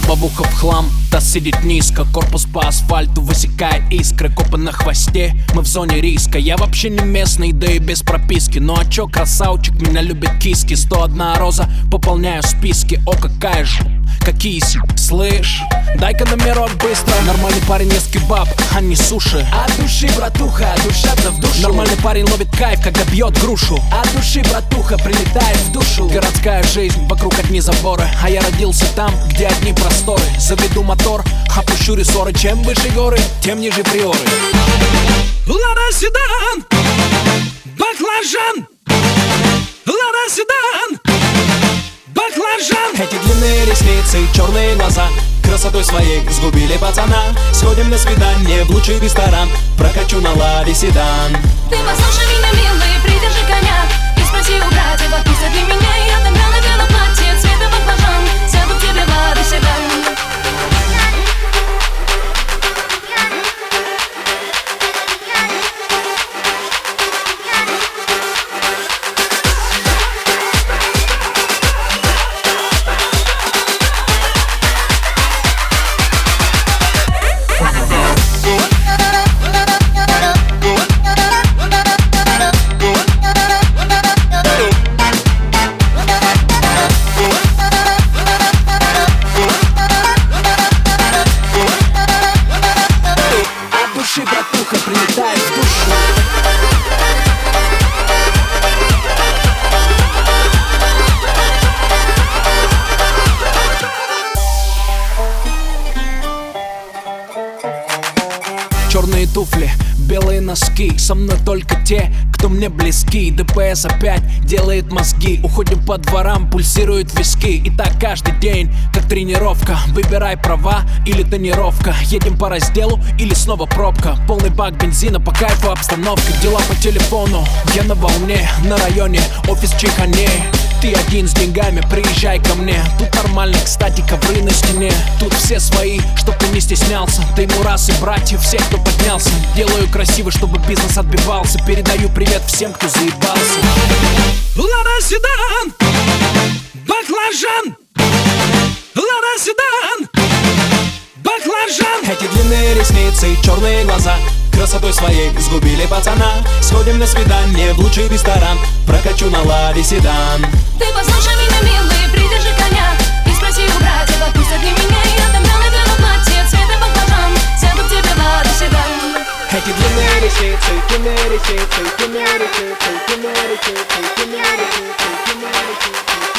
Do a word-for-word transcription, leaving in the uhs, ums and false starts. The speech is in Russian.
Лобовуха в хлам, таз сидит низко, корпус по асфальту высекает искры. Копы на хвосте, мы в зоне риска. Я вообще не местный, да и без прописки. Ну а чё, красавчик, меня любят киски. Сто одна роза, пополняю списки. О, какая же, какие си, слышь, дай-ка номерок быстро. Нормальный парень ест кебаб, а не суши. От души, братуха, душа-то в душу. Нормальный парень ловит кайф, когда бьет грушу. От души, братуха, прилетает в душу. Городская жизнь, вокруг одни заборы, а я родился там, где одни просторы. Заведу мотор, опущу рессоры. Чем выше горы, тем ниже приоры. Лада седан, баклажан. Лада седан, баклажан. Эти длинные ресницы, черные глаза красотой своей сгубили пацана. Сходим на свидание в лучший ресторан, прокачу на ладе седан. Ты послушай меня, милый, придержи коня и спроси у братьев, отпустят ли меня. Я тогда надену платье цвета баклажан, сяду к тебе в ладе седан. Братуха прилетает в душу. Черные туфли, белые носки, со мной только те, кто мне близки. ДПС опять делает мозги, уходим по дворам, пульсируют виски. И так каждый день, как тренировка. Выбирай права или тонировка. Едем по разделу или снова пробка. Полный бак бензина, по кайфу обстановка. Дела по телефону, я на волне. На районе, офис чайхане. Ты один с деньгами, приезжай ко мне. Тут нормально, кстати, ковры на стене. Тут все свои, чтоб ты не стеснялся. Ты мурас и братьев, всех, кто поднялся. Делаю красиво, чтобы бизнес отбивался. Передаю привет всем, кто заебался. Лада седан, баклажан. Лада седан, баклажан. Эти длинные ресницы, черные глаза красотой своей сгубили пацана. Сходим на свидание в лучший ресторан, прокачу на ладе седан. Ты послушай меня, милый, придержи коня и спроси у братьев, отпустят ли меня. Я тогда надену платье цвета баклажан, сяду к тебе в ладе седан. Эти длинные ресницы, длинные ресницы, длинные ресницы, длинные ресницы, длинные ресницы, длинные ресницы.